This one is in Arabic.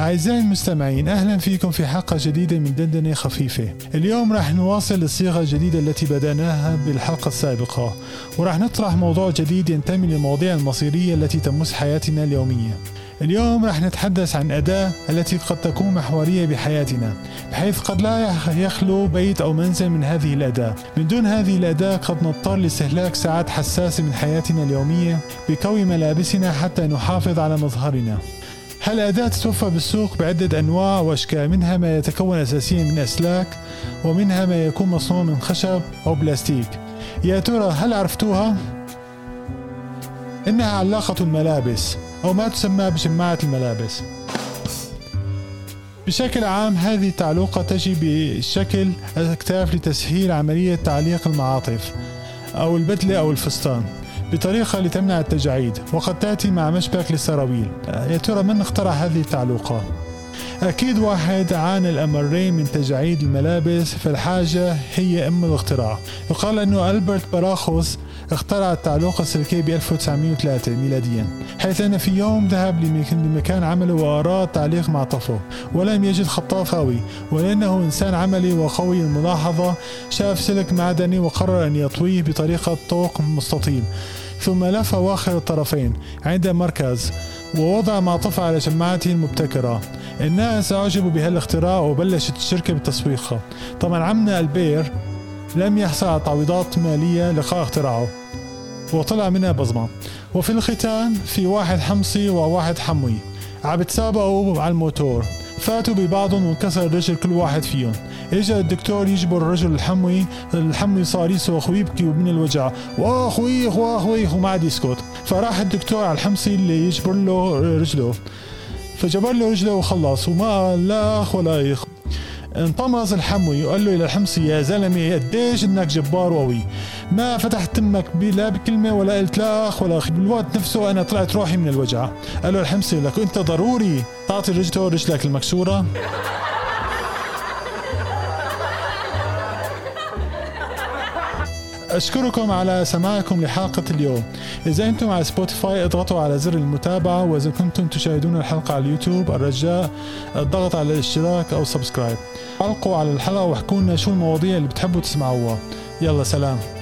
أعزائي المستمعين، أهلا فيكم في حلقة جديدة من دندنة خفيفة. اليوم راح نواصل الصيغة الجديدة التي بدأناها بالحلقة السابقة، وراح نطرح موضوع جديد ينتمي للمواضيع المصيرية التي تمس حياتنا اليومية. اليوم راح نتحدث عن أداة التي قد تكون محورية بحياتنا، بحيث قد لا يخلو بيت أو منزل من هذه الأداة. من دون هذه الأداة قد نضطر لاستهلاك ساعات حساسة من حياتنا اليومية بكوي ملابسنا حتى نحافظ على مظهرنا. هالأداة تتوفر بالسوق بعدة أنواع وأشكال، منها ما يتكون أساسيا من أسلاك، ومنها ما يكون مصنوع من خشب أو بلاستيك. يا ترى هل عرفتوها؟ إنها علاقة الملابس، أو ما تسمى بشماعة الملابس. بشكل عام هذه التعليقة تجي بشكل أكتاف لتسهيل عملية تعليق المعاطف أو البدلة أو الفستان بطريقة لتمنع التجاعيد، وقد تأتي مع مشبك للسراويل. يا ترى من اخترع هذه التعليقة؟ أكيد واحد عانى الأمرين من تجاعيد الملابس، فالحاجة هي أم الاختراع. يقال أنه ألبرت براخوس اخترع التعليقة السلكية ب 1903 ميلاديا، حيث أن في يوم ذهب لمكان عمله وأراد تعليق معطفه، ولم يجد خطاف قوي، ولأنه إنسان عملي وقوي الملاحظة شاف سلك معدني وقرر أن يطويه بطريقة طوق مستطيل، ثم لف أواخر الطرفين عند مركز ووضع معطفة على شماعته المبتكرة. الناس أعجبوا بهالاختراع وبلشت الشركة بتسويقها. طبعا عمنا ألبير لم يحصل على تعويضات مالية لقاء اختراعه، وطلع منها بصمة. وفي الختام في واحد حمصي وواحد حموي عم على الموتور، فاتوا ببعضهم وانكسر رجل كل واحد فيهم. اجا الدكتور يجبر الرجل الحموي صار يصرخ ويبكي من الوجع، واخويخ واخويخ، وما عاد يسكت. فراح الدكتور على الحمصي اللي يجبر له رجله، فجبر له رجله وخلص، وما قال لا اخ ولا اخ. انطمز الحموي وقال له الى الحمصي: يا زلمه قديش انك جبار وقوي، ما فتحت تمك لا بكلمه ولا قلت لا اخ ولا اخ. بالوقت نفسه انا طلعت روحي من الوجع. قال له الحمصي: لك انت ضروري تعطي رجلك المكسوره. أشكركم على سماعكم لحلقة اليوم. إذا أنتم على سبوتيفاي اضغطوا على زر المتابعة، وإذا كنتم تشاهدون الحلقة على اليوتيوب الرجاء الضغط على الاشتراك أو سبسكرايب. علقوا على الحلقة واحكوا لنا شو المواضيع اللي بتحبوا تسمعوها. يلا سلام.